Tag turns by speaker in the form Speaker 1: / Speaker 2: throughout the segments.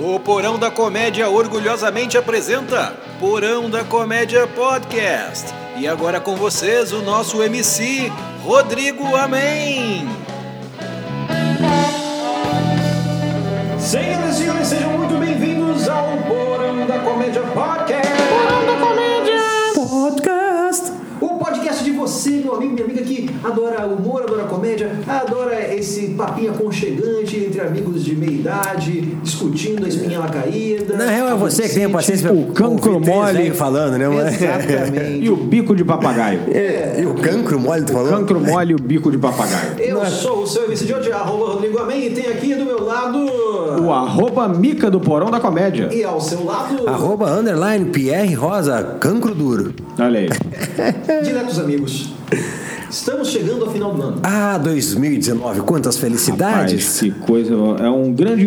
Speaker 1: O Porão da Comédia orgulhosamente apresenta Porão da Comédia Podcast. E agora com vocês o nosso MC, Rodrigo Amém. Senhoras e senhores, sejam muito bem-vindos ao Porão da Comédia Podcast.
Speaker 2: Porão da Comédia Podcast.
Speaker 1: O podcast de você, meu amigo, minha amiga que adora humor, adora comédia, adora esse papinho aconchegante entre amigos de meia idade, discutindo a espinhela caída.
Speaker 3: Na real é você que tem a paciência
Speaker 2: o cancro mole
Speaker 3: falando, né, mano?
Speaker 1: Exatamente.
Speaker 2: E o bico de papagaio.
Speaker 3: E o cancro mole, tu falou?
Speaker 2: Cancro mole e o bico de papagaio.
Speaker 1: Eu sou o seu MC de hoje, @Rodrigo Amém, e tem aqui do meu lado
Speaker 2: O @Mica do Porão da Comédia.
Speaker 1: e ao seu lado
Speaker 3: _Pierre Rosa, cancro duro.
Speaker 2: Olha aí.
Speaker 1: diretos amigos. Estamos chegando ao final do ano.
Speaker 3: 2019, quantas felicidades.
Speaker 2: Rapaz, que coisa. É um grande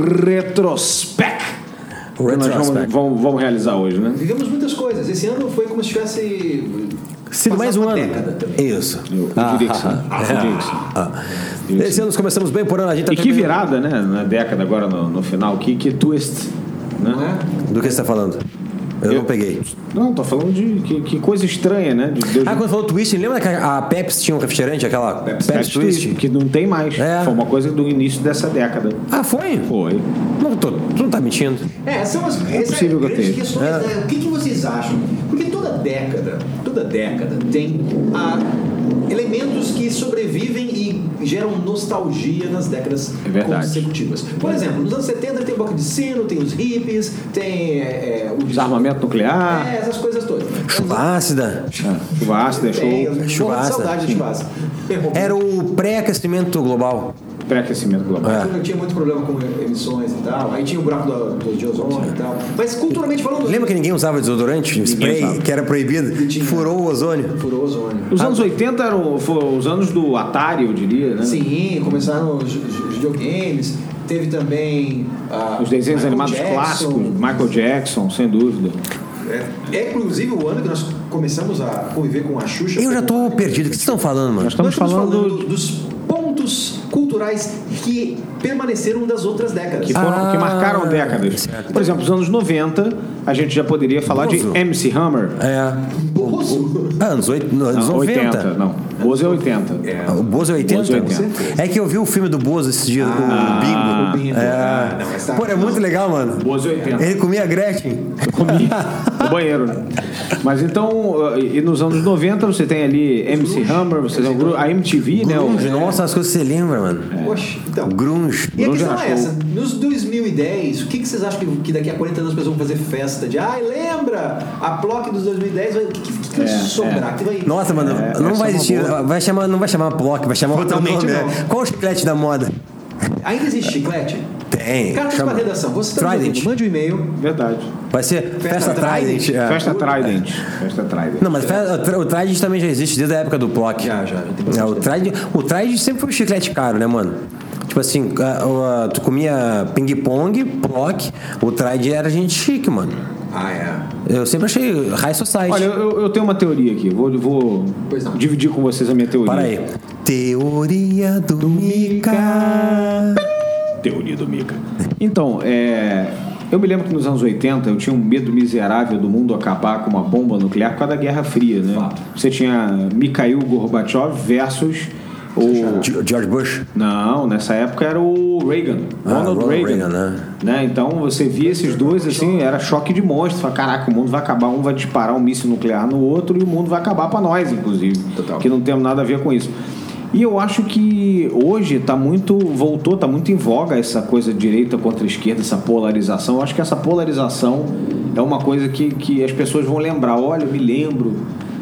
Speaker 2: retrospect. Que nós vamos realizar hoje, né?
Speaker 1: Vivemos muitas coisas. Esse ano foi como se tivesse
Speaker 3: Sido mais um
Speaker 1: uma
Speaker 3: ano.
Speaker 1: década também.
Speaker 3: Isso.
Speaker 2: Eu diria que sim. Eu diria que sim.
Speaker 3: Esse ano nós começamos bem por ano. A gente tá
Speaker 2: E que virada, né? Na década agora, no final. Que twist. Né?
Speaker 1: Não é?
Speaker 3: Do que você está falando? Eu não peguei.
Speaker 2: Não, tô falando de que coisa estranha, né?
Speaker 3: Quando falou twist, lembra que a Pepsi tinha um refrigerante, aquela Pepsi Twist?
Speaker 2: Que não tem mais.
Speaker 3: É.
Speaker 2: Foi uma coisa do início dessa década.
Speaker 3: Foi?
Speaker 2: Foi.
Speaker 3: Não, tu não tá mentindo.
Speaker 1: São as
Speaker 2: possível que eu
Speaker 1: grandes
Speaker 2: tenha.
Speaker 1: questões, né? O que vocês acham? Porque toda década tem elementos que sobrevivem e geram nostalgia nas décadas consecutivas. Por exemplo, nos anos 70 tem o boca de sino, tem os hippies, tem o
Speaker 2: Desarmamento nuclear.
Speaker 1: essas coisas todas.
Speaker 3: Chuva ácida.
Speaker 2: Chuva ácida, show.
Speaker 3: Chuva ácida.
Speaker 1: Saudade de chuva ácida.
Speaker 3: Era o pré-aquecimento global.
Speaker 2: Pré-aquecimento global.
Speaker 1: Eu tinha muito problema com emissões e tal. Aí tinha o buraco de ozônio e tal. Mas culturalmente falando...
Speaker 3: Lembra que ninguém usava desodorante? Spray,
Speaker 2: usava.
Speaker 3: que era proibido? Furou o ozônio.
Speaker 1: Furou o ozônio.
Speaker 2: Os anos 80 foram os anos do Atari, eu diria, né?
Speaker 1: Sim, começaram os videogames. Teve também...
Speaker 2: Os desenhos
Speaker 1: Michael
Speaker 2: animados
Speaker 1: Jackson.
Speaker 2: clássicos. Michael Jackson, sem dúvida.
Speaker 1: É inclusive o ano que nós começamos a conviver com a Xuxa.
Speaker 3: Eu já tô perdido. O que vocês estão falando, mano?
Speaker 2: Nós estamos falando
Speaker 1: dos pontos culturais que permaneceram das outras décadas.
Speaker 2: que marcaram décadas.
Speaker 3: certo.
Speaker 2: Por exemplo, os anos 90, a gente já poderia falar
Speaker 3: Bozo.
Speaker 2: de MC Hammer.
Speaker 1: Bozo.
Speaker 3: Anos 90.
Speaker 2: 80. Não, Bozo é 80.
Speaker 3: O Bozo é 80?
Speaker 2: Bozo é 80.
Speaker 3: É que eu vi o filme do Bozo esses dias, o Bingo. Pô, é muito legal, mano.
Speaker 2: Bozo é 80.
Speaker 3: Ele comia a Gretchen.
Speaker 2: Comi no banheiro, né? Mas então, e nos anos 90 você tem ali MC Hammer, você tem a MTV, né?
Speaker 3: Grunge, nossa, as coisas que você lembra, mano.
Speaker 1: Poxa, então.
Speaker 3: Grunge.
Speaker 1: E a
Speaker 2: Grunge
Speaker 1: questão
Speaker 2: era
Speaker 1: é
Speaker 2: show.
Speaker 1: essa, nos 2010, o que vocês acham que daqui a 40 anos as pessoas vão fazer festa de lembra? A Plock dos 2010, o que vai sobrar? Que vai...
Speaker 3: Nossa, mano, não vai existir. Não vai chamar Plock, vai chamar outro nome.
Speaker 1: Totalmente
Speaker 3: Né?
Speaker 1: não.
Speaker 3: Qual o chiclete da moda?
Speaker 1: Ainda existe chiclete?
Speaker 3: Tem.
Speaker 1: Cartas para redação. Você está
Speaker 3: Trident.
Speaker 1: mande um e-mail.
Speaker 2: Verdade.
Speaker 3: Vai ser Festa Trident.
Speaker 2: Festa Trident. Festa Trident.
Speaker 3: Não, mas o Trident também já existe desde a época do Plock.
Speaker 1: Já tem bastante
Speaker 3: O Trident sempre foi um chiclete caro, né, mano? Tipo assim, tu comia ping-pong, Plock, o Trident era gente chique, mano. Eu sempre achei High Society.
Speaker 2: Olha, eu tenho uma teoria aqui. Vou
Speaker 1: Pois não.
Speaker 2: dividir com vocês a minha teoria.
Speaker 3: Para aí. Teoria do Mica.
Speaker 2: Teoria do Mica. Então, eu me lembro que nos anos 80 eu tinha um medo miserável do mundo acabar com uma bomba nuclear por causa da Guerra Fria, né?
Speaker 1: Fato.
Speaker 2: Você tinha Mikhail Gorbachev versus o...
Speaker 3: George Bush.
Speaker 2: Não, nessa época era o Reagan. Ronald Reagan. Né? Então você via esses dois assim, era choque de monstro. Fala, caraca, o mundo vai acabar, um vai disparar um míssil nuclear no outro e o mundo vai acabar pra nós, inclusive.
Speaker 1: Total.
Speaker 2: Que não temos nada a ver com isso. E eu acho que hoje tá muito em voga essa coisa de direita contra esquerda, essa polarização. Eu acho que essa polarização é uma coisa que as pessoas vão lembrar. Olha, eu me lembro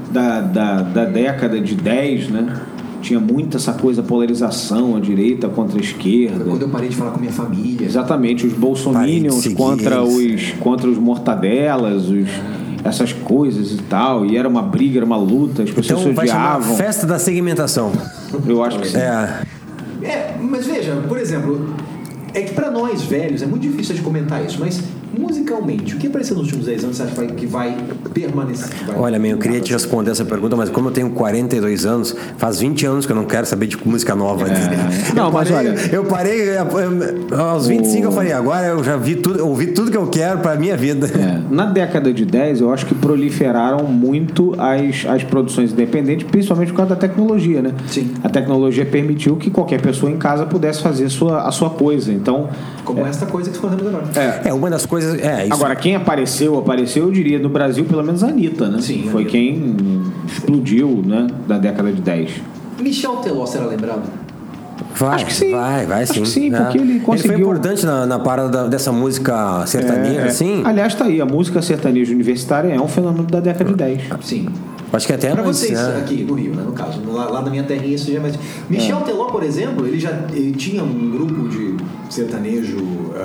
Speaker 2: da década de 10, né? Tinha muito essa coisa, polarização, a direita contra a esquerda.
Speaker 1: Quando eu parei de falar com minha família.
Speaker 2: Exatamente, os bolsominions contra os mortadelas, essas coisas e tal. E era uma briga, era uma luta, as pessoas se
Speaker 3: Vai chamar
Speaker 2: odiavam.
Speaker 3: Festa da Segmentação.
Speaker 2: Eu acho que sim.
Speaker 1: Mas veja, por exemplo, é que pra nós velhos é muito difícil de comentar isso, mas musicalmente, o que apareceu nos últimos 10 anos você acha que vai permanecer?
Speaker 3: Olha, eu queria te responder essa pergunta, mas como eu tenho 42 anos, faz 20 anos que eu não quero saber de música nova.
Speaker 2: Não, mas olha...
Speaker 3: Eu parei, aos 25 eu falei, agora eu já ouvi tudo que eu quero pra minha vida.
Speaker 2: Na década de 10, eu acho que proliferaram muito as produções independentes, principalmente por causa da tecnologia, né?
Speaker 1: Sim.
Speaker 2: A tecnologia permitiu que qualquer pessoa em casa pudesse fazer a sua coisa, então...
Speaker 1: Como esta coisa que fazemos agora.
Speaker 3: Uma das coisas... Isso.
Speaker 2: Agora, quem apareceu, eu diria, no Brasil, pelo menos a Anitta, né?
Speaker 1: Sim.
Speaker 2: Foi quem explodiu, né? Da década de 10.
Speaker 1: Michel Teló será lembrado?
Speaker 3: Acho que sim. Vai
Speaker 2: Acho
Speaker 3: sim.
Speaker 2: que sim, porque ele conseguiu...
Speaker 3: Ele foi importante na parada dessa música sertaneja, assim.
Speaker 2: Aliás, tá aí, a música sertaneja universitária é um fenômeno da década de 10.
Speaker 1: Sim.
Speaker 3: Acho que até
Speaker 1: para vocês aqui no Rio, né, no caso, lá na minha terrinha isso já é mais... Michel Teló, por exemplo, ele tinha um grupo de sertanejo,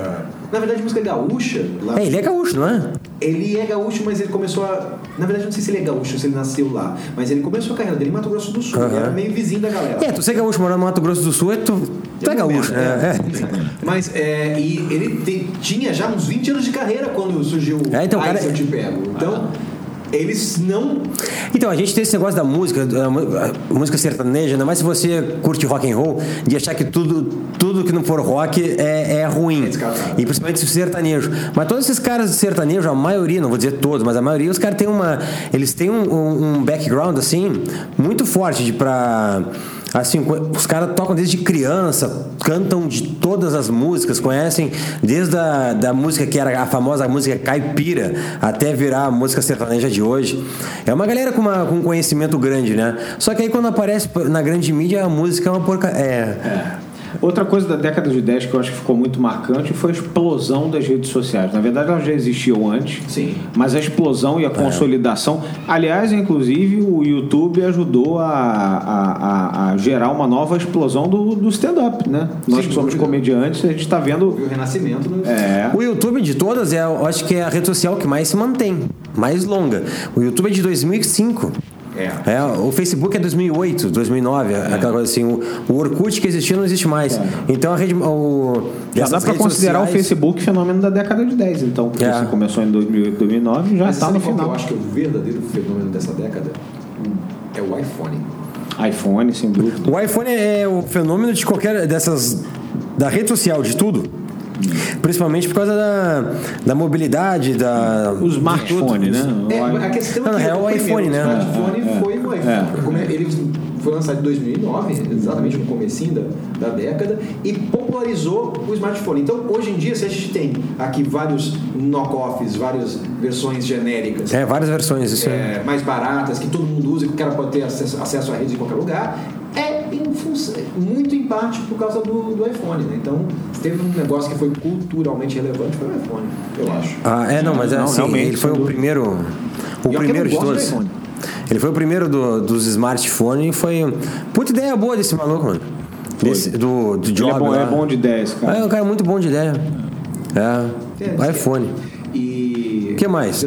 Speaker 1: na verdade música gaúcha.
Speaker 3: Ele é gaúcho, não é?
Speaker 1: Ele é gaúcho, mas ele começou a... Na verdade, não sei se ele é gaúcho, se ele nasceu lá, mas ele começou a carreira dele em Mato Grosso do Sul. Ele era meio vizinho da galera.
Speaker 3: Tu ser gaúcho morando no Mato Grosso do Sul, tu é gaúcho, né?
Speaker 1: Mas, e ele tinha já uns 20 anos de carreira quando surgiu
Speaker 3: então,
Speaker 1: Aí Eu Te Pego. Então... Eles não...
Speaker 3: Então, a gente tem esse negócio da música, música sertaneja, ainda mais se você curte rock and roll, de achar que tudo que não for rock é ruim. E principalmente o sertanejo. Mas todos esses caras de sertanejo, a maioria, não vou dizer todos, mas a maioria, os caras têm eles têm um background, assim, muito forte pra... Assim, os caras tocam desde criança, cantam de todas as músicas, conhecem desde da música que era a famosa música caipira até virar a música sertaneja de hoje. É uma galera com um conhecimento grande, né? Só que aí quando aparece na grande mídia, a música é uma porcaria.
Speaker 2: Outra coisa da década de 10 que eu acho que ficou muito marcante foi a explosão das redes sociais. Na verdade, elas já existiam antes,
Speaker 1: sim,
Speaker 2: mas a explosão e a consolidação... Aliás, inclusive, o YouTube ajudou a gerar uma nova explosão do stand-up, né? Nós que somos comediantes, a gente está vendo...
Speaker 1: O renascimento.
Speaker 3: O YouTube de todas, eu acho que é a rede social que mais se mantém, mais longa. O YouTube é de 2005. O Facebook é 2008, 2009, aquela coisa assim. O Orkut que existia não existe mais. Então a rede...
Speaker 2: Já dá para considerar sociais... o Facebook fenômeno da década de 10, então. Porque você começou em 2008, 2009, já está no final.
Speaker 1: Eu acho que o verdadeiro fenômeno dessa década é o iPhone.
Speaker 2: iPhone, sem dúvida.
Speaker 3: O iPhone é o fenômeno de qualquer dessas... da rede social, de tudo. Principalmente por causa da mobilidade,
Speaker 2: o smartphone, né?
Speaker 1: A questão é
Speaker 3: o iPhone, né?
Speaker 1: O smartphone foi o iPhone. Ele foi lançado em 2009, exatamente no comecinho da década, e popularizou o smartphone. Então, hoje em dia, se a gente tem aqui vários knock-offs, várias versões genéricas.
Speaker 3: Várias versões, isso
Speaker 1: mais baratas, que todo mundo usa, que o cara pode ter acesso à rede em qualquer lugar. Muito em parte por causa do iPhone, né? Então, teve um negócio que foi culturalmente relevante, foi o iPhone, eu acho.
Speaker 3: Mas assim, ele foi o primeiro de todos. Ele foi o primeiro dos smartphones e foi... Puta ideia boa desse maluco, mano. Do Jobs.
Speaker 2: Ele é bom de ideias, cara.
Speaker 3: É um cara muito bom de ideia. iPhone.
Speaker 1: E...
Speaker 3: O que mais?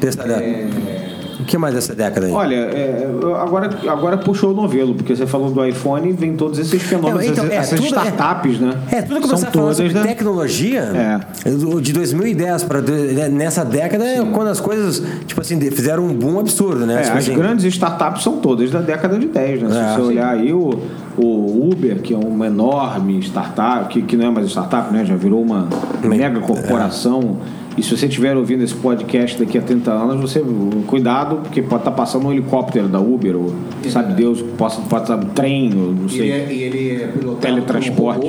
Speaker 3: O que mais dessa década aí?
Speaker 2: Olha, agora puxou o novelo, porque você falou do iPhone, vem todos esses fenômenos, essas startups, né?
Speaker 3: Tudo que você falou sobre tecnologia, de 2010 para nessa década, quando as coisas, tipo assim, fizeram um boom absurdo, né?
Speaker 2: As grandes startups são todas da década de 10, né? Se você olhar aí o Uber, que é uma enorme startup, que não é mais startup, né? Já virou uma mega corporação. E se você estiver ouvindo esse podcast daqui a 30 anos, você cuidado, porque pode estar passando um helicóptero da Uber, ou sabe Deus, pode estar um trem, ou não sei.
Speaker 1: E ele é pilotado
Speaker 2: teletransporte.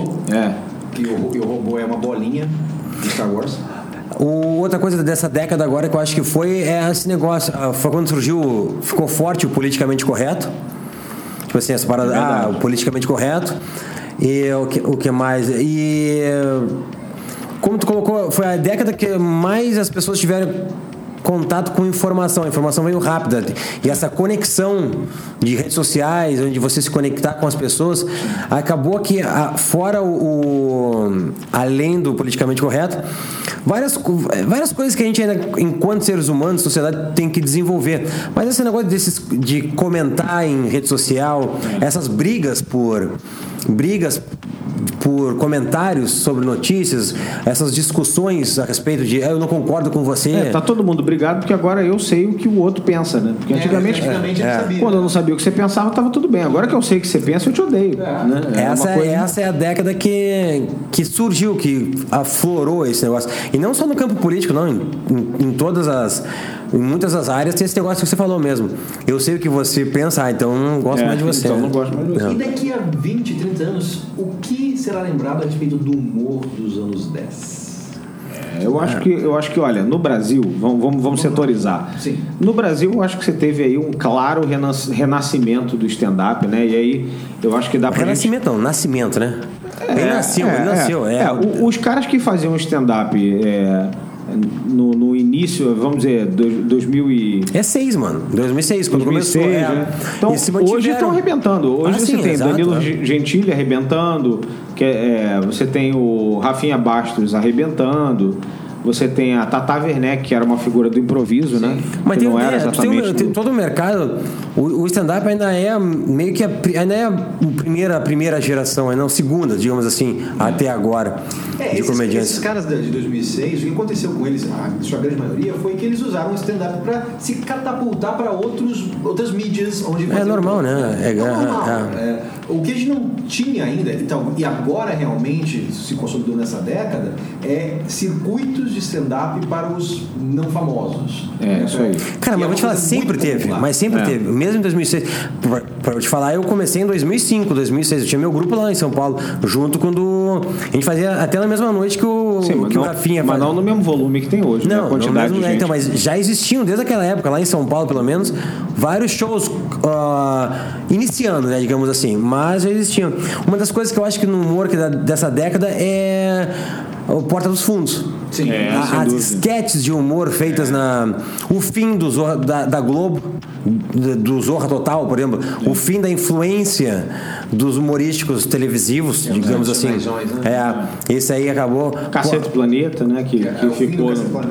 Speaker 1: E o robô é uma bolinha de Star Wars.
Speaker 3: Outra coisa dessa década agora que eu acho que foi esse negócio. Foi quando ficou forte o politicamente correto. Tipo assim, essa parada, o politicamente correto. E o que mais? E... Como tu colocou, foi a década que mais as pessoas tiveram contato com informação. A informação veio rápida. E essa conexão de redes sociais, onde você se conectar com as pessoas, acabou que, fora além do politicamente correto, várias coisas que a gente ainda, enquanto seres humanos, sociedade, tem que desenvolver. Mas esse negócio de comentar em rede social, essas brigas por por comentários sobre notícias, essas discussões a respeito de eu não concordo com você.
Speaker 2: Tá todo mundo brigado porque agora eu sei o que o outro pensa, né? Porque antigamente quando eu não sabia o que você pensava, tava tudo bem. Agora que eu sei o que você pensa, eu te odeio. Né?
Speaker 3: Essa é a década que surgiu, que aflorou esse negócio. E não só no campo político, não. Em muitas das áreas tem esse negócio que você falou mesmo. Eu sei o que você pensa, então não gosto mais de você.
Speaker 2: Então não gosto mais de você.
Speaker 1: E daqui a 20, 30 anos, o que será lembrado a respeito do humor dos anos 10?
Speaker 2: Eu acho que, olha, no Brasil, vamos setorizar.
Speaker 1: Sim.
Speaker 2: No Brasil, eu acho que você teve aí um claro renascimento do stand-up, né? E aí, eu acho que dá pra
Speaker 3: renascimento não, nascimento, né? Ele nasceu.
Speaker 2: Os caras que faziam stand-up no início, vamos dizer, 2006,
Speaker 3: mano. 2006, quando
Speaker 2: 2006,
Speaker 3: começou.
Speaker 2: Né? Então, hoje estão arrebentando. Hoje você tem Danilo Gentili arrebentando, você tem o Rafinha Bastos arrebentando, você tem a Tata Werneck, que era uma figura do improviso, né?
Speaker 3: Mas
Speaker 2: não era exatamente
Speaker 3: tem todo o mercado. O stand-up ainda é meio que a primeira geração, não segunda, digamos assim, até agora, de comediantes.
Speaker 1: Esses caras de 2006, o que aconteceu com eles, a sua grande maioria, foi que eles usaram o stand-up para se catapultar para outras mídias onde
Speaker 3: é normal, né?
Speaker 1: O que a gente não tinha ainda, então, e agora realmente se consolidou nessa década, é circuitos de stand-up para os não famosos.
Speaker 2: Isso aí.
Speaker 3: Cara, mas eu vou te falar, sempre teve. Mesmo em 2006. Pra eu te falar, eu comecei em 2005, 2006. Eu tinha meu grupo lá em São Paulo, junto quando a gente fazia até na mesma noite que o Rafinha fazia.
Speaker 2: Mas não no mesmo volume que tem hoje,
Speaker 3: não,
Speaker 2: né? A quantidade
Speaker 3: não mesmo,
Speaker 2: de gente.
Speaker 3: Então, mas já existiam desde aquela época, lá em São Paulo, pelo menos, vários shows iniciando, né, digamos assim. Mas já existiam. Uma das coisas que eu acho que no humor dessa década é o Porta dos Fundos.
Speaker 1: Sim,
Speaker 3: as sketches de humor feitas o fim do Zorra, da Globo, do Zorra Total, por exemplo, o fim da influência dos humorísticos televisivos, digamos assim. Né? Esse aí acabou.
Speaker 2: Cacete Planeta, né? Que ficou.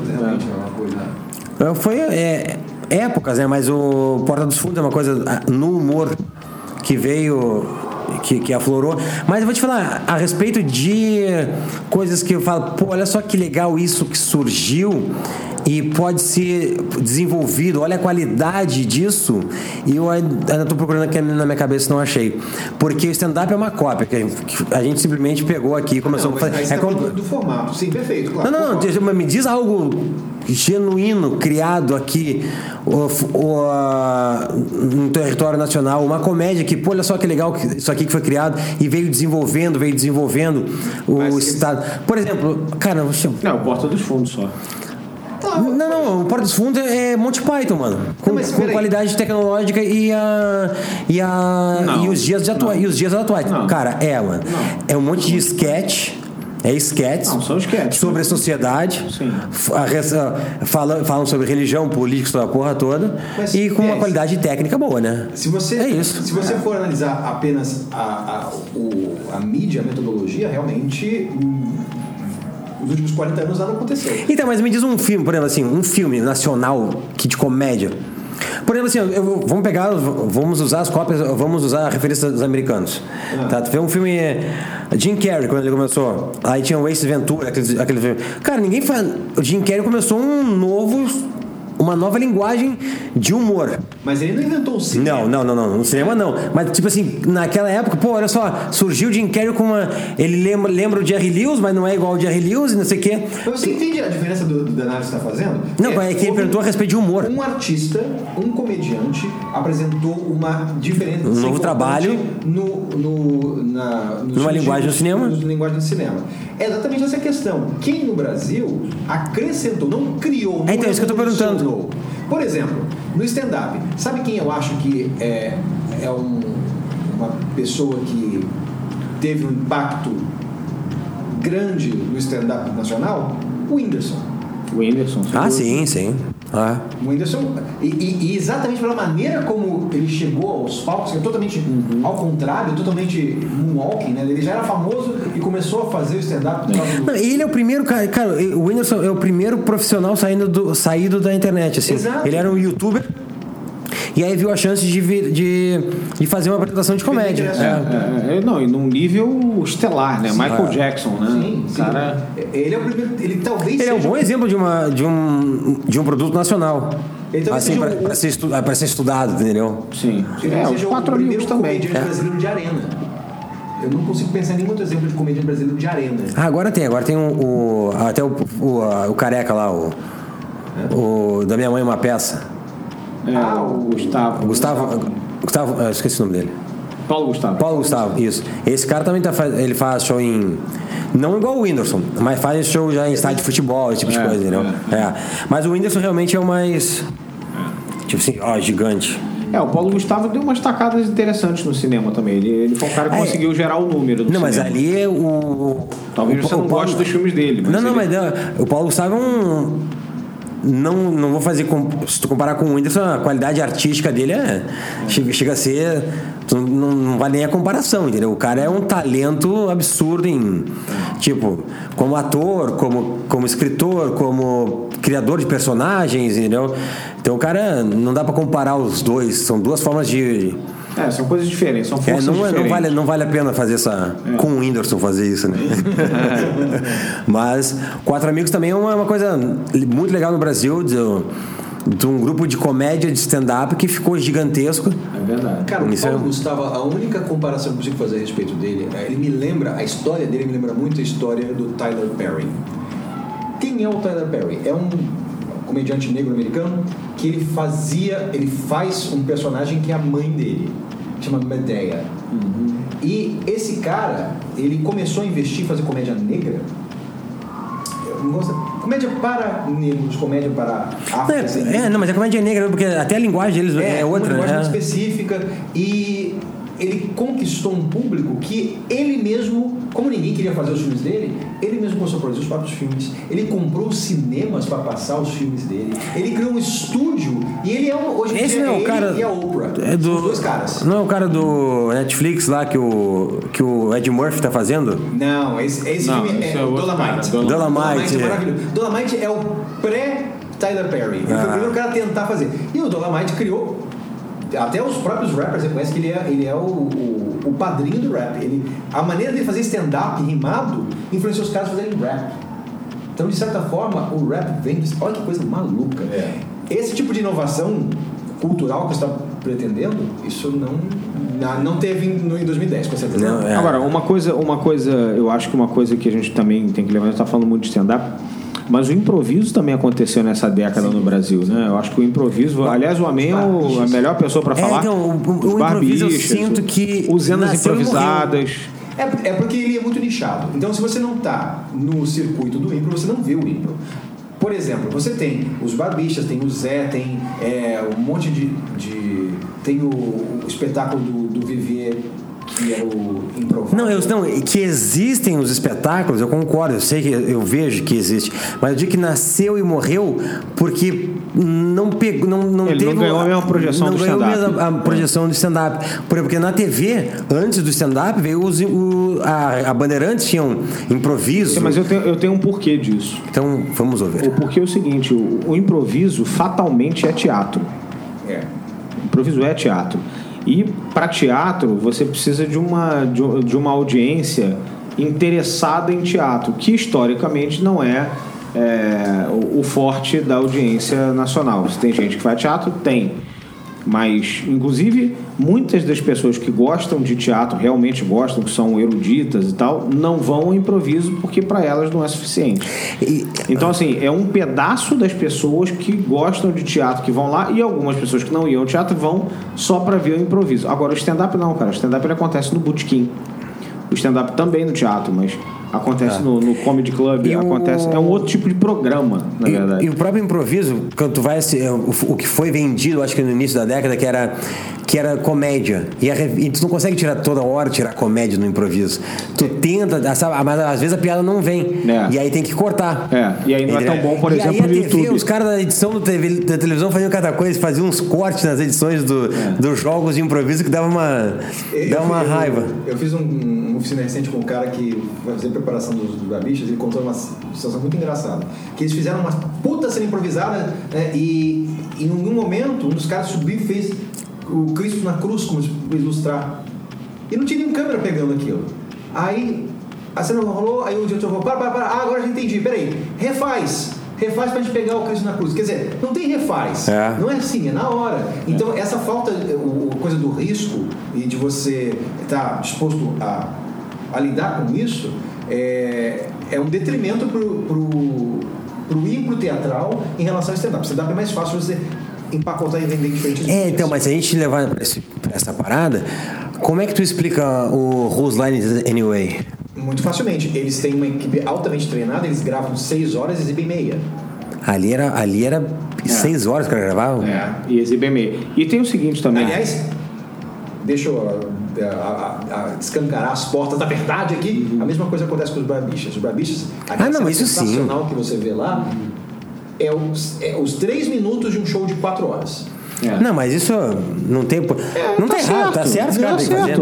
Speaker 3: Foi épocas, né? Mas o Porta dos Fundos é uma coisa no humor que veio. Que aflorou. Mas eu vou te falar a respeito de coisas que eu falo, olha só que legal isso que surgiu e pode ser desenvolvido, olha a qualidade disso, e eu ainda estou procurando aqui na minha cabeça, não achei, porque o stand-up é uma cópia que a gente simplesmente pegou aqui e começou a fazer
Speaker 1: do formato, sim, perfeito, claro.
Speaker 3: Não, me diz algo genuíno, criado aqui no território nacional, uma comédia que, olha só que legal isso aqui que foi criado e veio desenvolvendo o Estado. Por exemplo, cara...
Speaker 2: Não, o Porta dos Fundos só.
Speaker 3: Não, o Porta dos Fundos é Monty Python, mano. Com qualidade tecnológica e os dias atuais.
Speaker 2: Não.
Speaker 3: Cara, mano. Não. É um monte de sketch.
Speaker 2: São sketches
Speaker 3: sobre a sociedade.
Speaker 2: Sim.
Speaker 3: Falam sobre religião, política, sobre a porra toda. E com uma qualidade técnica boa, né?
Speaker 1: Se você for analisar apenas a mídia, a metodologia, realmente nos últimos 40 anos nada aconteceu.
Speaker 3: Então, mas me diz um filme, por exemplo, assim, um filme nacional de comédia. Por exemplo, assim, vamos usar as cópias, vamos usar a referência dos americanos. Tá? Tu vê um filme Jim Carrey, quando ele começou, aí tinha o Ace Ventura, aquele filme. Cara, ninguém faz. O Jim Carrey começou uma nova linguagem de humor.
Speaker 1: Mas ele não inventou o cinema.
Speaker 3: Não, no cinema não. Mas, tipo assim, naquela época, olha só, surgiu o Jim Carrey com uma... Ele lembra o Jerry Lewis, mas não é igual ao Jerry Lewis e não sei o quê.
Speaker 1: Mas você entende a diferença da análise que você está fazendo?
Speaker 3: Não, é que ele perguntou a respeito de humor.
Speaker 1: Um artista, um comediante, apresentou uma diferença...
Speaker 3: Um novo trabalho. Numa linguagem do cinema.
Speaker 1: Na linguagem do cinema. É exatamente essa questão. Quem no Brasil acrescentou, não criou...
Speaker 3: Então, é isso que eu estou perguntando.
Speaker 1: Por exemplo, no stand-up, sabe quem eu acho que é uma pessoa que teve um impacto grande no stand-up nacional? O Whindersson.
Speaker 3: Sim.
Speaker 1: O Whindersson, e exatamente pela maneira como ele chegou aos palcos, que é totalmente ao contrário, totalmente moonwalking, né? Ele já era famoso e começou a fazer o stand-up.
Speaker 3: Ele é o primeiro cara, o Whindersson é o primeiro profissional saído da internet, assim.
Speaker 1: Exato.
Speaker 3: Ele era um youtuber e aí viu a chance de fazer uma apresentação de comédia.
Speaker 2: Não, e num nível estelar, né? Michael Jackson, né?
Speaker 1: Sim.
Speaker 2: Cara...
Speaker 1: Ele é o primeiro. Ele talvez
Speaker 3: Ele é um bom exemplo de um produto nacional. Assim, para ser estudado, entendeu?
Speaker 2: Sim.
Speaker 1: Os Quatro Amigos também. Brasileiro de arena. Eu não consigo pensar em nenhum outro exemplo de comediante brasileiro de arena.
Speaker 3: Agora tem até o careca lá, o da Minha Mãe Uma Peça.
Speaker 2: O Gustavo.
Speaker 3: Eu esqueci o nome dele.
Speaker 2: Paulo Gustavo,
Speaker 3: isso. Esse cara também ele faz show em... Não igual o Whindersson, mas faz show já em estádio de futebol, esse tipo de coisa, entendeu? Mas o Whindersson realmente é o mais... Tipo assim, gigante.
Speaker 2: O Paulo Gustavo deu umas tacadas interessantes no cinema também. Ele foi um cara que conseguiu gerar o número do cinema.
Speaker 3: Mas ali é o...
Speaker 2: Talvez você não goste dos filmes dele. Mas
Speaker 3: mas o Paulo Gustavo é um... Não vou fazer... Se tu comparar com o Whindersson, a qualidade artística dele chega a ser... Não vale nem a comparação, entendeu? O cara é um talento absurdo tipo, como ator, como escritor, como criador de personagens, entendeu? Então o cara, não dá pra comparar os dois, são duas formas de...
Speaker 2: são coisas diferentes, são forças diferentes.
Speaker 3: Não vale a pena fazer com o Whindersson fazer isso, né? Mas Quatro Amigos também é uma coisa muito legal no Brasil, de um grupo de comédia de stand-up que ficou gigantesco.
Speaker 2: É verdade.
Speaker 1: Cara, o Paulo Gustavo, a única comparação que eu consigo fazer a respeito dele, ele me lembra, a história dele me lembra muito a história do Tyler Perry. Quem é o Tyler Perry? É um comediante negro americano que ele faz um personagem que é a mãe dele, chama Medea. E esse cara, ele começou a investir em fazer comédia negra. Comédia para negros, comédia para afros.
Speaker 3: Mas a comédia negra, porque até a linguagem deles é outra.
Speaker 1: Uma linguagem muito específica. E ele conquistou um público que ele mesmo, como ninguém queria fazer os filmes dele, ele mesmo começou a produzir os próprios filmes. Ele comprou cinemas para passar os filmes dele. Ele criou um estúdio e ele é hoje em dia ele e a Oprah. Os dois caras.
Speaker 3: Não é o cara do Netflix lá que o Ed Murphy tá fazendo?
Speaker 1: Não, esse filme é o Dolomite.
Speaker 3: Dolomite
Speaker 1: é maravilhoso. Dolomite é o pré-Tyler Perry. Ele foi o primeiro cara a tentar fazer. E o Dolomite criou... Até os próprios rappers reconhecem que ele é o padrinho do rap. A maneira dele fazer stand-up rimado influenciou os caras a fazerem rap. Então, de certa forma, o rap vem... Olha que coisa maluca. Esse tipo de inovação cultural que você está pretendendo, isso não teve em 2010, com certeza.
Speaker 2: Agora, uma coisa, eu acho que uma coisa que a gente também tem que levar, a gente está falando muito de stand-up, mas o improviso também aconteceu nessa década no Brasil, né? Eu acho que o improviso... Aliás, o Amém é a melhor pessoa para falar.
Speaker 3: Então, o improviso eu sinto que...
Speaker 2: Usenas improvisadas.
Speaker 1: É porque ele é muito nichado. Então, se você não está no circuito do impro, você não vê o impro. Por exemplo, você tem os Barbixas, tem o Zé, tem um monte de... Tem o espetáculo do Vivier, que é o improvável.
Speaker 3: Que existem os espetáculos, eu concordo, eu vejo que existe, mas eu digo que nasceu e morreu porque não
Speaker 2: ganhou a mesma projeção do stand-up.
Speaker 3: Não ganhou a projeção do stand-up. Porque na TV, antes do stand-up, veio a Bandeirantes tinham improviso.
Speaker 2: Mas eu tenho um porquê disso.
Speaker 3: Então, vamos ouvir.
Speaker 2: O porquê é o seguinte, o improviso fatalmente é teatro. O improviso é teatro. E para teatro você precisa de uma audiência interessada em teatro, que historicamente não é o forte da audiência nacional. Se tem gente que vai a teatro, tem. Mas, inclusive, muitas das pessoas que gostam de teatro, realmente gostam, que são eruditas e tal, não vão ao improviso porque para elas não é suficiente. Então, assim, é um pedaço das pessoas que gostam de teatro que vão lá, e algumas pessoas que não iam ao teatro vão só para ver o improviso. Agora, o stand-up não, cara. O stand-up ele acontece no botequim. O stand-up também no teatro, mas acontece no Comedy Club, acontece... É um outro tipo de programa, na verdade.
Speaker 3: E o próprio improviso, quando tu vai... O que foi vendido, acho que no início da década, que era comédia. E tu não consegue toda hora tirar comédia no improviso. Tu tenta, mas às vezes a piada não vem. E aí tem que cortar.
Speaker 2: E aí não é tão bom, por exemplo, no YouTube.
Speaker 3: Os caras da edição da televisão faziam cada coisa, faziam uns cortes nas edições dos jogos de improviso que dava uma raiva.
Speaker 1: Eu fiz uma oficina recente com um cara que vai fazer preparação dos Babichas, ele contou uma situação muito engraçada. Que eles fizeram uma puta cena improvisada, né, e em um momento, um dos caras subiu e fez o Cristo na cruz, como para ilustrar. E não tinha nenhum câmera pegando aquilo. Aí a cena rolou, aí o diretor falou, para, agora já entendi, peraí, refaz pra gente pegar o Cristo na cruz. Quer dizer, não tem refaz, não é assim, é na hora. Então essa falta, coisa do risco e de você estar disposto a lidar com isso é um detrimento pro impro teatral em relação ao stand-up. Stand-up é mais fácil você empacotar e vender diferente.
Speaker 3: Então, mas se a gente levar pra essa parada, como é que tu explica o Whose Line Is It Anyway?
Speaker 1: Muito facilmente. Eles têm uma equipe altamente treinada, eles gravam 6 horas e exibem meia.
Speaker 3: Ali era 6 horas que eu gravava?
Speaker 2: E exibem meia. E tem o seguinte também.
Speaker 1: Aliás, deixa eu escancarar as portas da verdade aqui. A mesma coisa acontece com os Babichas. Os Babichas, aquela
Speaker 3: isso
Speaker 1: sensacional que você vê lá, é os 3 minutos de um show de 4 horas.
Speaker 3: Não, mas isso não tem... não tá errado, tá certo, cara.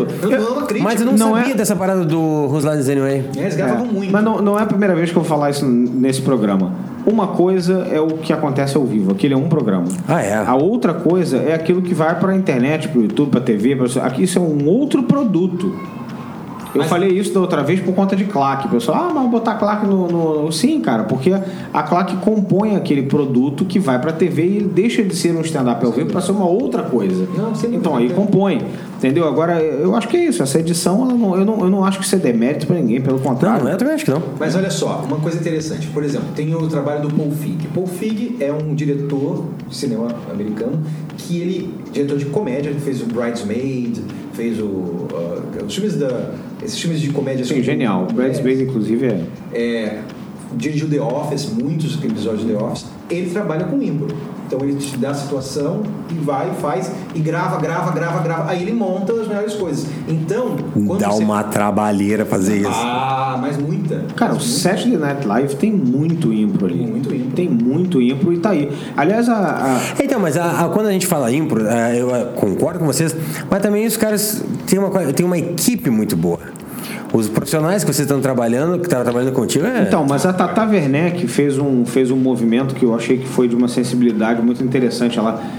Speaker 3: Mas eu não sabia dessa parada do Whose Line Is It Anyway.
Speaker 1: Eles gravavam muito.
Speaker 2: Mas não é a primeira vez que eu vou falar isso nesse programa. Uma coisa é o que acontece ao vivo, aquele é um programa. A outra coisa é aquilo que vai pra internet, pro YouTube, pra TV, aqui isso é um outro produto. Eu falei isso da outra vez por conta de claque. O pessoal, mas botar claque no... Sim, cara, porque a claque compõe aquele produto que vai pra TV e ele deixa de ser um stand-up ao vivo pra ser uma outra coisa. Então aí compõe. Entendeu? Agora, eu acho que é isso. Essa edição, eu não acho que isso é demérito pra ninguém, pelo contrário.
Speaker 3: Eu também acho que não.
Speaker 1: Mas olha só, uma coisa interessante. Por exemplo, tem o trabalho do Paul Feig. Paul Feig é um diretor de cinema americano que ele... Diretor de comédia, ele fez o Bridesmaid, fez os filmes esses filmes de comédia...
Speaker 2: Sim, genial. O Bridesmaid, inclusive,
Speaker 1: dirigiu The Office, muitos episódios de The Office. Ele trabalha com impro. Então ele te dá a situação e vai, faz e grava. Aí ele monta as melhores coisas. Então,
Speaker 3: dá uma trabalheira fazer isso.
Speaker 1: Mas muita.
Speaker 2: Cara, o Saturday Night Live tem muito impro ali. Tem muito impro e tá aí. Aliás,
Speaker 3: Então, mas quando a gente fala impro, eu concordo com vocês, mas também os caras têm uma equipe muito boa. Os profissionais que vocês estão trabalhando, que estavam trabalhando contigo...
Speaker 2: Então, mas a Tata Werneck fez um movimento que eu achei que foi de uma sensibilidade muito interessante.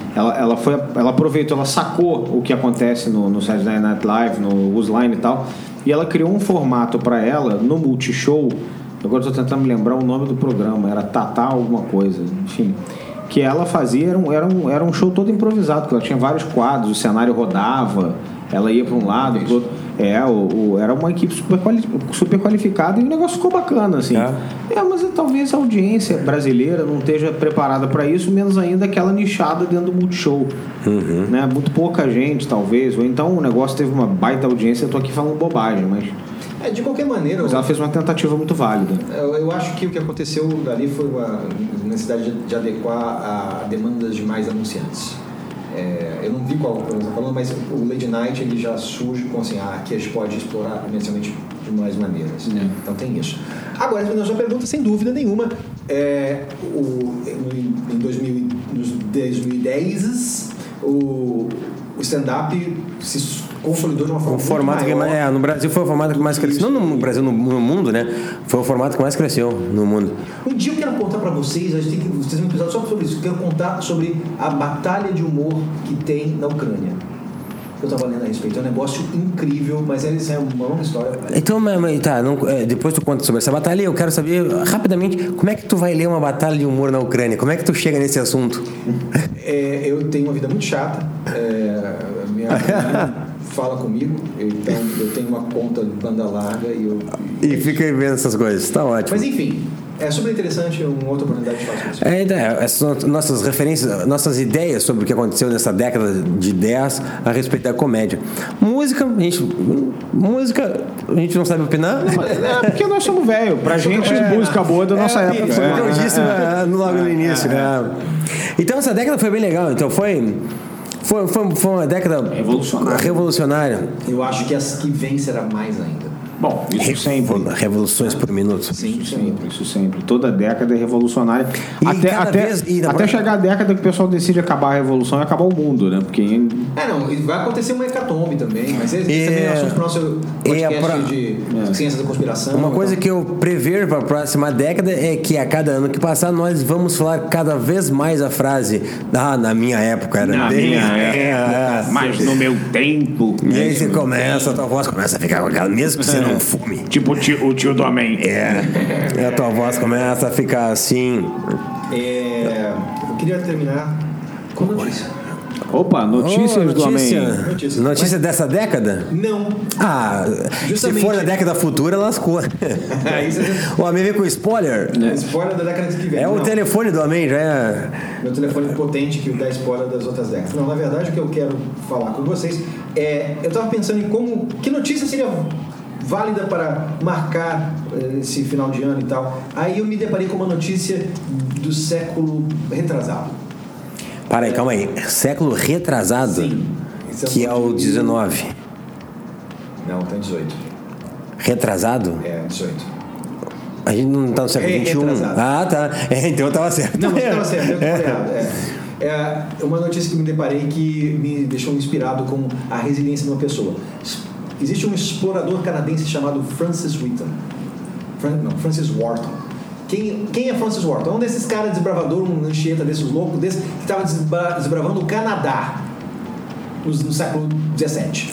Speaker 2: Ela aproveitou, ela sacou o que acontece no Saturday Night Live, no Whose Line e tal, e ela criou um formato para ela no Multishow. Agora estou tentando me lembrar o nome do programa, era Tata alguma coisa, enfim... Que ela fazia, era um show todo improvisado, porque ela tinha vários quadros, o cenário rodava, ela ia para um lado, pro outro. Era uma equipe super qualificada e o negócio ficou bacana, assim. Mas talvez a audiência brasileira não esteja preparada para isso, menos ainda aquela nichada dentro do Multishow. Né? Muito pouca gente, talvez, ou então o negócio teve uma baita audiência, eu tô aqui falando bobagem, mas...
Speaker 1: De qualquer maneira...
Speaker 2: Mas ela fez uma tentativa muito válida.
Speaker 1: Eu acho que o que aconteceu dali foi a necessidade de adequar a demandas de mais anunciantes. Eu não vi qual você está falando, mas o Lady Night ele já surge com assim, aqui a gente pode explorar comercialmente de mais maneiras. Então tem isso. Agora, respondendo a sua pergunta, sem dúvida nenhuma, nos 2010 o stand-up se consolidou de uma forma muito maior.
Speaker 3: No Brasil foi o formato que mais cresceu. Não no Brasil, no mundo, né? Foi o formato que mais cresceu no mundo.
Speaker 1: Um dia eu quero contar pra vocês, vocês têm um episódio só sobre isso. Eu quero contar sobre a batalha de humor que tem na Ucrânia. Eu estava lendo a respeito. É um negócio incrível, mas isso é uma longa história.
Speaker 3: Então, depois tu conta sobre essa batalha. Eu quero saber, rapidamente, como é que tu vai ler uma batalha de humor na Ucrânia? Como é que tu chega nesse assunto?
Speaker 1: Eu tenho uma vida muito chata. Minha fala comigo, então eu tenho uma conta de banda larga
Speaker 3: e fica aí vendo essas coisas, tá ótimo.
Speaker 1: Mas enfim, é super interessante, uma outra oportunidade de falar sobre isso.
Speaker 3: Essas são nossas referências, nossas ideias sobre o que aconteceu nessa década de 10 a respeito da comédia. Música, a gente não sabe opinar.
Speaker 2: Porque nós somos velhos. Pra gente, música boa da nossa época.
Speaker 3: Foi o que eu disse logo no início. Então essa década foi bem legal. Então foi uma década revolucionária.
Speaker 1: Eu acho que as que vem será mais ainda.
Speaker 2: Bom, isso sempre.
Speaker 3: Revoluções por minuto.
Speaker 2: Isso sempre. Toda década é revolucionária.
Speaker 3: E
Speaker 2: até chegar a década que o pessoal decide acabar a revolução e acabar o mundo, né? Porque...
Speaker 1: vai acontecer uma hecatombe também, mas esse também é assunto para o nosso podcast de ciências da conspiração.
Speaker 3: Uma coisa que eu prever para a próxima década é que a cada ano que passar nós vamos falar cada vez mais a frase na minha época era bem...
Speaker 2: Mas no meu tempo...
Speaker 3: E aí você começa, a tua voz começa a ficar olhando, mesmo que você não fume.
Speaker 2: Tipo o tio do Amém.
Speaker 3: A tua voz começa a ficar assim.
Speaker 1: Eu queria terminar com notícia.
Speaker 2: Opa, notícias do Amém.
Speaker 3: Notícia dessa década?
Speaker 1: Não.
Speaker 3: Se for da década futura, lascou. O Amém vem com spoiler.
Speaker 1: Spoiler da década que vem.
Speaker 3: O telefone do Amém já é...
Speaker 1: Meu telefone potente que dá spoiler das outras décadas. Não, na verdade, o que eu quero falar com vocês eu estava pensando em que notícia seria válida para marcar esse final de ano e tal. Aí eu me deparei com uma notícia do século retrasado.
Speaker 3: Para aí, calma aí. Século retrasado?
Speaker 1: Sim.
Speaker 3: Que é o 19.
Speaker 1: Não, tem 18.
Speaker 3: Retrasado?
Speaker 1: 18.
Speaker 3: A gente não está no século 21. Tá. Então eu estava certo.
Speaker 1: Não, você estava certo. Eu estou errado. É uma notícia que me deparei que me deixou inspirado com a resiliência de uma pessoa. Existe um explorador canadense chamado Francis Wharton. Quem é Francis Wharton? É um desses caras desbravador, um anchieta desses loucos, que estava desbravando o Canadá no século XVII.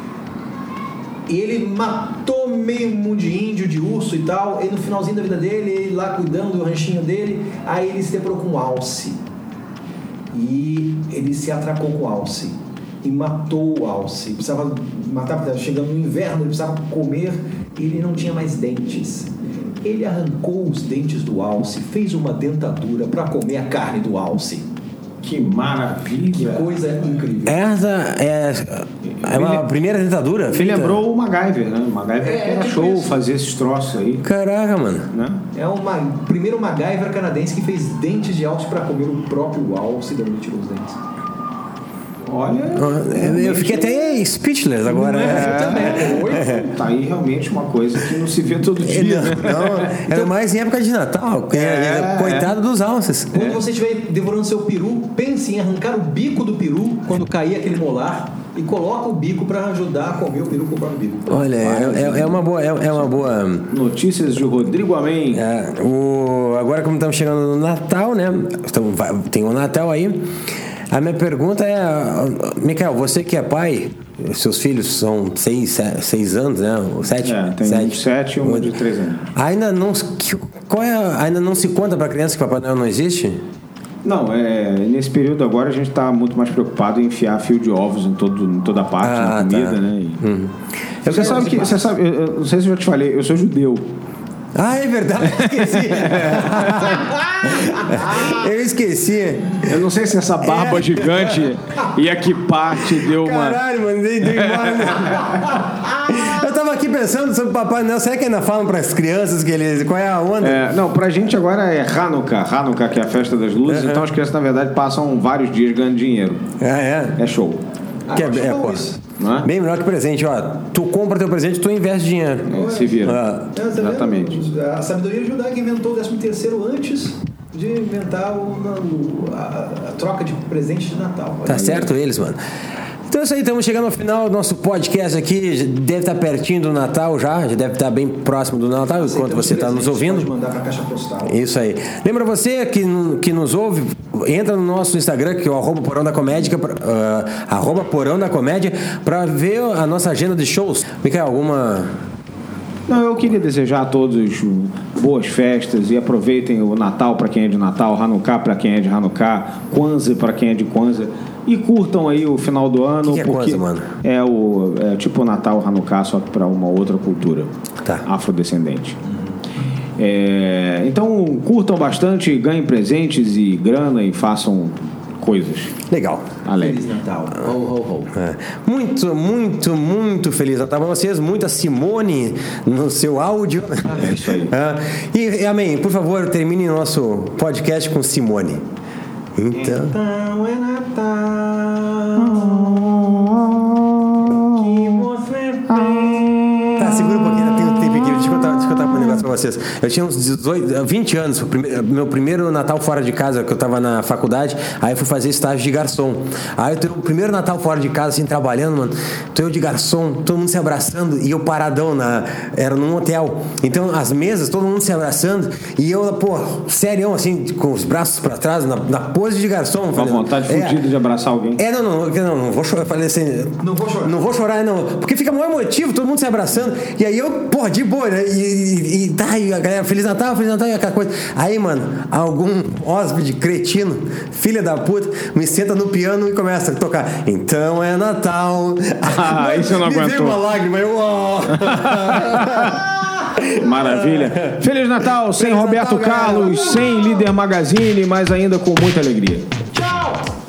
Speaker 1: E ele matou meio mundo de índio, de urso e tal. E no finalzinho da vida dele, ele lá cuidando do ranchinho dele, aí ele se deparou com um alce. E ele se atracou com o alce e matou o alce. Precisava matar, porque estava chegando no inverno, ele precisava comer e ele não tinha mais dentes. Ele arrancou os dentes do alce, fez uma dentadura para comer a carne do alce.
Speaker 2: Que maravilha!
Speaker 1: Que coisa incrível.
Speaker 3: Essa é uma primeira dentadura?
Speaker 2: Ele lembrou o MacGyver, né? O MacGyver era show fazer esses troços aí.
Speaker 3: Caraca, mano.
Speaker 2: Né?
Speaker 1: Primeiro MacGyver canadense que fez dentes de alce para comer o próprio alce, daí ele tirou os dentes.
Speaker 2: Olha,
Speaker 3: eu fiquei até speechless agora.
Speaker 2: Tá aí realmente uma coisa que não se vê todo dia.
Speaker 3: Era mais em época de Natal. Coitado dos alces.
Speaker 1: Quando você estiver devorando seu peru, pense em arrancar o bico do peru quando cair aquele molar e coloca o bico para ajudar a comer o peru com o próprio bico.
Speaker 3: Olha, é uma boa.
Speaker 2: Notícias de Rodrigo Amém.
Speaker 3: Agora, como estamos chegando no Natal, né? Tem o Natal aí. A minha pergunta é, Michael, você que é pai, seus filhos são 6 anos, né? 7?
Speaker 2: Tem um de 7 e um de 3 anos.
Speaker 3: Ainda não se conta para a criança que Papai Noel não existe?
Speaker 2: Não, nesse período agora a gente está muito mais preocupado em enfiar fio de ovos em toda parte na comida, né? Você sabe, eu não sei se eu já te falei, eu sou judeu.
Speaker 3: É verdade, eu esqueci.
Speaker 2: Eu não sei se essa barba gigante e a kippah te deu uma...
Speaker 3: Caralho, mano, dei Eu tava aqui pensando sobre Papai Noel. Será que ainda falam pras crianças qual é a onda?
Speaker 2: Não, pra gente agora é Hanukkah, que é a festa das luzes. Então as crianças, na verdade, passam vários dias ganhando dinheiro. É show.
Speaker 3: Bem melhor que presente, ó. Tu compra teu presente, tu investe dinheiro.
Speaker 2: Se vira. Exatamente.
Speaker 1: A sabedoria judaica inventou o 13º antes de inventar a troca de presentes de Natal.
Speaker 3: Tá certo eles, mano. Então é isso aí, estamos chegando ao final do nosso podcast aqui. Deve estar pertinho do Natal já deve estar bem próximo do Natal, enquanto você está nos ouvindo.
Speaker 1: Pode mandar para a caixa postal.
Speaker 3: Isso aí. Lembra você que nos ouve, entra no nosso Instagram, que é o @porão da comédia, @porão da comédia, para ver a nossa agenda de shows. Michael, alguma...
Speaker 2: Não, eu queria desejar a todos boas festas e aproveitem o Natal para quem é de Natal, Hanukkah para quem é de Hanukkah, Kwanzaa para quem é de Kwanzaa e curtam aí o final do ano.
Speaker 3: O que é
Speaker 2: porque
Speaker 3: Kwanzaa, mano?
Speaker 2: É tipo o Natal, Hanukkah, só que para uma outra cultura afrodescendente. Então curtam bastante, ganhem presentes e grana e façam coisas.
Speaker 3: Legal.
Speaker 1: Feliz Natal. Ho, ho, ho.
Speaker 3: Muito, muito, muito Feliz Natal para vocês. Muita Simone no seu áudio.
Speaker 2: É isso aí.
Speaker 3: E amém. Por favor, termine nosso podcast com Simone.
Speaker 1: Então é Natal. Que você tem.
Speaker 3: Tá, segura um pouquinho. negócio pra vocês. Eu tinha uns 20 anos, meu primeiro Natal fora de casa, que eu tava na faculdade, aí eu fui fazer estágio de garçom. Aí eu tenho o primeiro Natal fora de casa, assim, trabalhando, mano. Tô eu de garçom, todo mundo se abraçando, e eu paradão, era num hotel. Então, as mesas, todo mundo se abraçando, e eu, serião, assim, com os braços pra trás, na pose de garçom.
Speaker 2: Com a vontade fodida de abraçar alguém.
Speaker 3: Não vou chorar. Eu falei assim, não vou chorar, não. Porque fica muito emotivo, todo mundo se abraçando. E aí eu, de boa, né? E a galera, Feliz Natal, e aquela coisa. Aí, mano, algum hóspede cretino, filha da puta, me senta no piano e começa a tocar. Então é Natal.
Speaker 2: Isso eu não aguentou. Me veio
Speaker 3: uma lágrima,
Speaker 2: Maravilha. Feliz Natal, sem Roberto Carlos, sem Líder Magazine, mas ainda com muita alegria.
Speaker 1: Tchau!